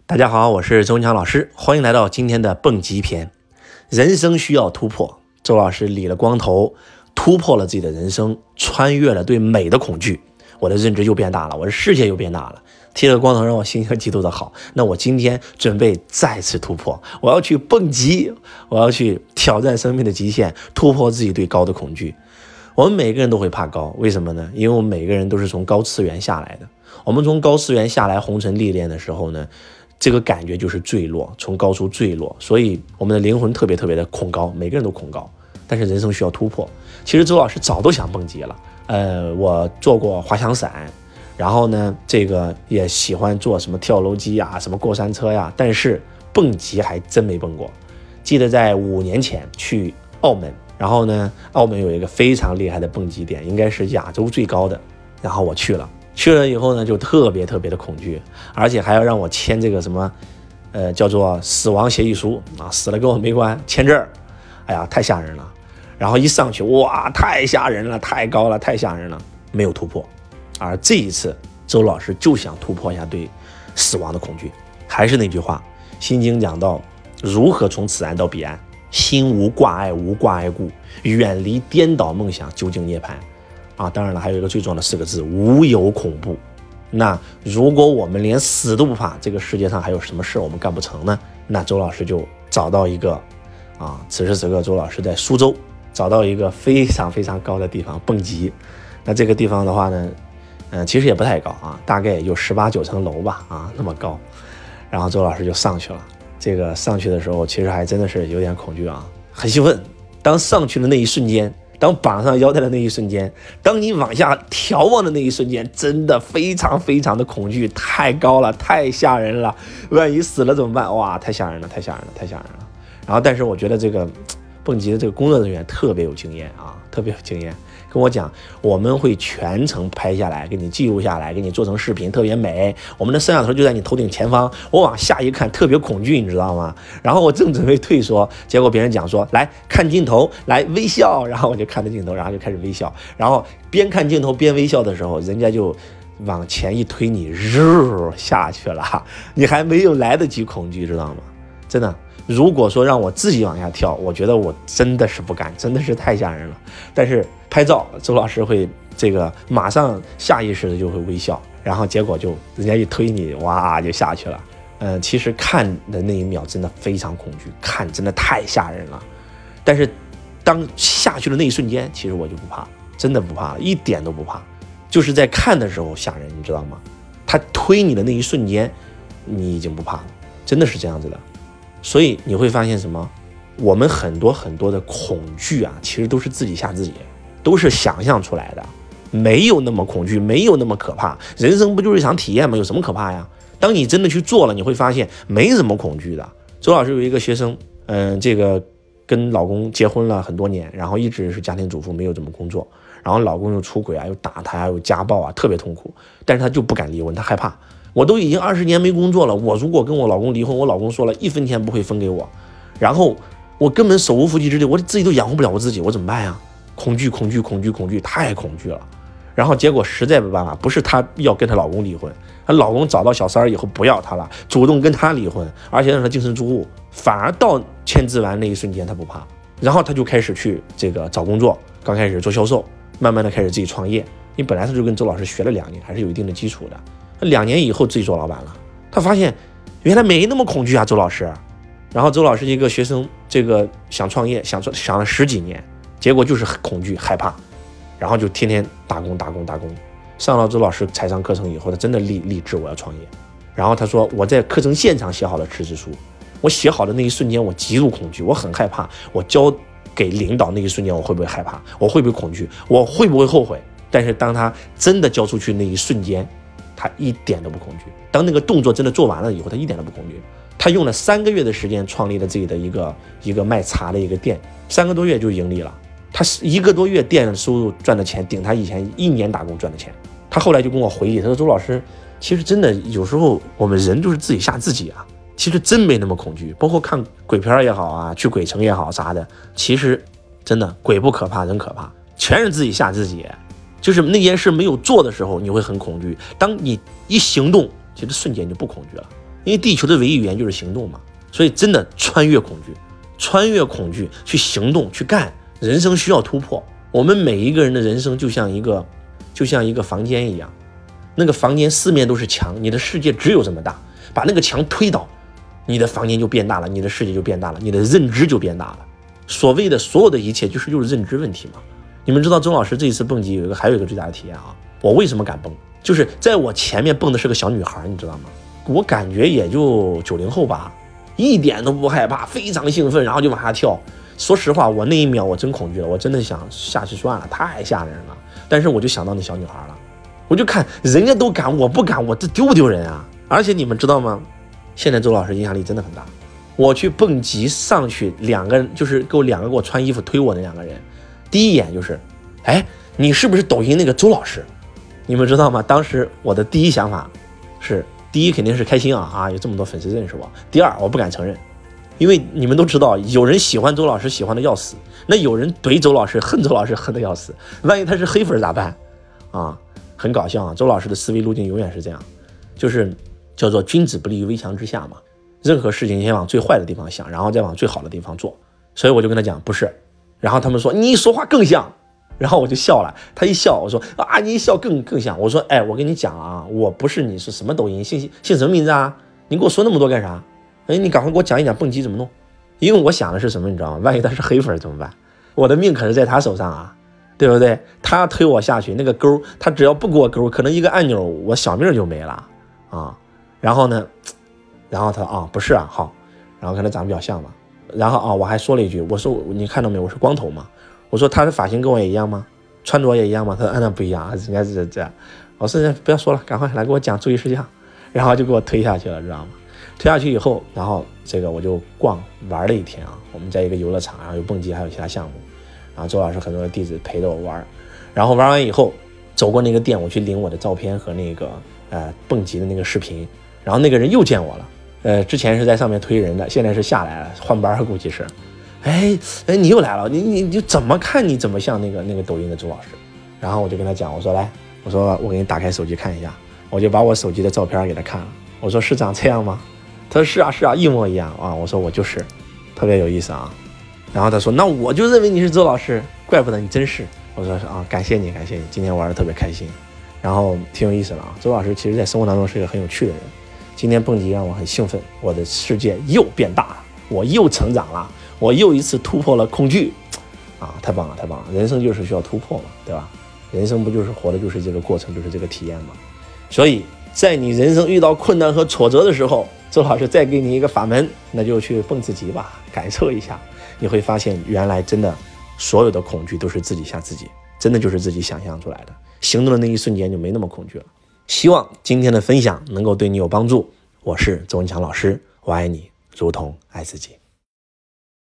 大家好，我是周文强老师，欢迎来到今天的蹦极篇。人生需要突破，周老师理了光头，突破了自己的人生，穿越了对美的恐惧，我的认知又变大了，我的世界又变大了。剃了光头让我心情极度的好，那我今天准备再次突破，我要去蹦极，我要去挑战生命的极限，突破自己对高的恐惧。我们每个人都会怕高，为什么呢？因为我们每个人都是从高次元下来的，我们从高次元下来红尘历练的时候呢，这个感觉就是坠落，从高处坠落，所以我们的灵魂特别的恐高，每个人都恐高，但是人生需要突破。其实周老师早都想蹦极了，我做过滑翔伞，然后呢，这个也喜欢做什么跳楼机呀，什么过山车呀，但是蹦极还真没蹦过。记得在5年前去澳门，然后呢，澳门有一个非常厉害的蹦极点，应该是亚洲最高的，然后我去了以后呢，就特别的恐惧，而且还要让我签这个什么，叫做死亡协议书啊，死了跟我没关，签这儿，哎呀，太吓人了。然后一上去，哇，太吓人了，太高了，太吓人了，没有突破。而这一次，周老师就想突破一下对死亡的恐惧。还是那句话，《心经》讲到，如何从此岸到彼岸，心无挂碍，无挂碍故，远离颠倒梦想，究竟涅槃。当然了，还有一个最重要的4个字，无有恐怖。那如果我们连死都不怕，这个世界上还有什么事我们干不成呢？那周老师就找到一个此时此刻周老师在苏州找到一个非常高的地方蹦极。那这个地方的话呢，其实也不太高大概也就18、19层楼吧那么高。然后周老师就上去了。这个上去的时候，其实还真的是有点恐惧很兴奋。当上去的那一瞬间，当绑上腰带的那一瞬间，当你往下眺望的那一瞬间，真的非常的恐惧，太高了，太吓人了，万一死了怎么办？哇，太吓人了。然后但是我觉得这个蹦极的这个工作人员特别有经验跟我讲，我们会全程拍下来，给你记录下来，给你做成视频，特别美。我们的摄像头就在你头顶前方，我往下一看，特别恐惧，你知道吗？然后我正准备退缩，结果别人讲说，来看镜头，来微笑，然后我就看着镜头，然后就开始微笑，然后边看镜头边微笑的时候，人家就往前一推你，下去了，你还没有来得及恐惧，知道吗？真的。如果说让我自己往下跳，我觉得我真的是不敢，真的是太吓人了。但是拍照，周老师会这个马上下意识的就会微笑，然后结果就人家一推你，哇，就下去了。其实看的那一秒真的非常恐惧，看真的太吓人了。但是当下去的那一瞬间，其实我就不怕，真的不怕，一点都不怕。就是在看的时候吓人，你知道吗？他推你的那一瞬间，你已经不怕了，真的是这样子的。所以你会发现什么？我们很多的恐惧其实都是自己吓自己，都是想象出来的，没有那么恐惧，没有那么可怕。人生不就是一场体验吗？有什么可怕呀？当你真的去做了，你会发现没什么恐惧的。周老师有一个学生，这个跟老公结婚了很多年，然后一直是家庭主妇，没有怎么工作，然后老公又出轨又打她又家暴特别痛苦，但是她就不敢离婚，她害怕。我都已经20年没工作了，我如果跟我老公离婚，我老公说了1分钱不会分给我，然后我根本手无缚鸡之力，我自己都养活不了我自己，我怎么办呀？恐惧，太恐惧了。然后结果实在没办法，不是她要跟她老公离婚，她老公找到小三儿以后不要她了，主动跟她离婚，而且让她净身出户，反而到签字完那一瞬间她不怕，然后她就开始去这个找工作，刚开始做销售，慢慢的开始自己创业，因为本来她就跟周老师学了2年，还是有一定的基础的。2年以后自己做老板了，他发现原来没那么恐惧周老师。然后周老师一个学生，这个想创业，想了10几年，结果就是恐惧害怕，然后就天天打工。上了周老师财商课程以后，他真的立志我要创业。然后他说，我在课程现场写好了辞职书，我写好的那一瞬间我极度恐惧，我很害怕，我交给领导那一瞬间我会不会害怕，我会不会恐惧，我会不会后悔。但是当他真的交出去那一瞬间，他一点都不恐惧。当那个动作真的做完了以后，他一点都不恐惧。他用了3个月的时间创立了自己的一个卖茶的一个店，3个多月就盈利了。他1个多月店收入赚的钱顶他以前1年打工赚的钱。他后来就跟我回忆，他说，周老师，其实真的有时候我们人就是自己吓自己其实真没那么恐惧。包括看鬼片也好去鬼城也好啥的，其实真的鬼不可怕，人可怕，全是自己吓自己。就是那件事没有做的时候你会很恐惧，当你一行动，其实瞬间就不恐惧了。 因为地球的唯一语言就是行动嘛。所以真的穿越恐惧去行动去干。人生需要突破。我们每一个人的人生就像一个房间一样，那个房间四面都是墙，你的世界只有这么大，把那个墙推倒，你的房间就变大了，你的世界就变大了，你的认知就变大了。所谓的所有的一切就是认知问题嘛。你们知道周老师这一次蹦极还有一个最大的体验啊，我为什么敢蹦？就是在我前面蹦的是个小女孩，你知道吗？我感觉也就90后吧，一点都不害怕，非常兴奋，然后就往下跳。说实话，我那一秒我真恐惧了，我真的想下去算了，太吓人了。但是我就想到那小女孩了，我就看人家都敢，我不敢，我这丢不丢人啊？而且你们知道吗？现在周老师影响力真的很大。我去蹦极上去，两个就是给我穿衣服推我的两个人，第一眼就是，哎，你是不是抖音那个周老师？你们知道吗？当时我的第一想法是，第一肯定是开心啊，有这么多粉丝认识我。第二，我不敢承认。因为你们都知道，有人喜欢周老师喜欢的要死，那有人怼周老师恨周老师恨的要死，万一他是黑粉咋办啊？很搞笑啊！周老师的思维路径永远是这样，就是叫做君子不立于危墙之下嘛。任何事情先往最坏的地方想，然后再往最好的地方做。所以我就跟他讲不是，然后他们说你说话更像，然后我就笑了。他一笑，我说啊，你一笑更像。我说哎，我跟你讲啊，我不是你是什么抖音姓什么名字啊？你给我说那么多干啥？哎，你赶快给我讲一讲蹦极怎么弄，因为我想的是什么，你知道吗？万一他是黑粉怎么办？我的命可是在他手上啊，对不对？他推我下去，那个钩，他只要不给我钩，可能一个按钮，我小命就没了啊。然后呢，然后他不是啊，好，然后跟他长得比较像嘛。然后我还说了一句，我说你看到没有，我是光头嘛。我说他的发型跟我也一样吗？穿着也一样吗？他说那不一样，人家是这样。我说不要说了，赶快来给我讲注意事项，然后就给我推下去了，知道吗？推下去以后，然后这个我就玩了一天啊。我们在一个游乐场，然后有蹦极，还有其他项目。然后周老师很多的弟子陪着我玩，然后玩完以后，走过那个店，我去领我的照片和那个蹦极的那个视频。然后那个人又见我了，之前是在上面推人的，现在是下来了换班，估计是。哎，你又来了，你就怎么看你怎么像那个抖音的周老师？然后我就跟他讲，我说来，我说我给你打开手机看一下，我就把我手机的照片给他看了。我说是长这样吗？他说是啊，一模一样啊。我说我就是，特别有意思啊。然后他说那我就认为你是周老师，怪不得你真是。我说感谢你，今天玩的特别开心，然后挺有意思的啊。周老师其实在生活当中是一个很有趣的人。今天蹦极让我很兴奋，我的世界又变大了，我又成长了，我又一次突破了恐惧啊！太棒了，人生就是需要突破嘛，对吧？人生不就是活的就是这个过程，就是这个体验嘛。所以在你人生遇到困难和挫折的时候，周老师再给你一个法门，那就去蹦次极吧，感受一下，你会发现原来真的所有的恐惧都是自己吓自己，真的就是自己想象出来的，行动的那一瞬间就没那么恐惧了。希望今天的分享能够对你有帮助。我是周文强老师，我爱你如同爱自己。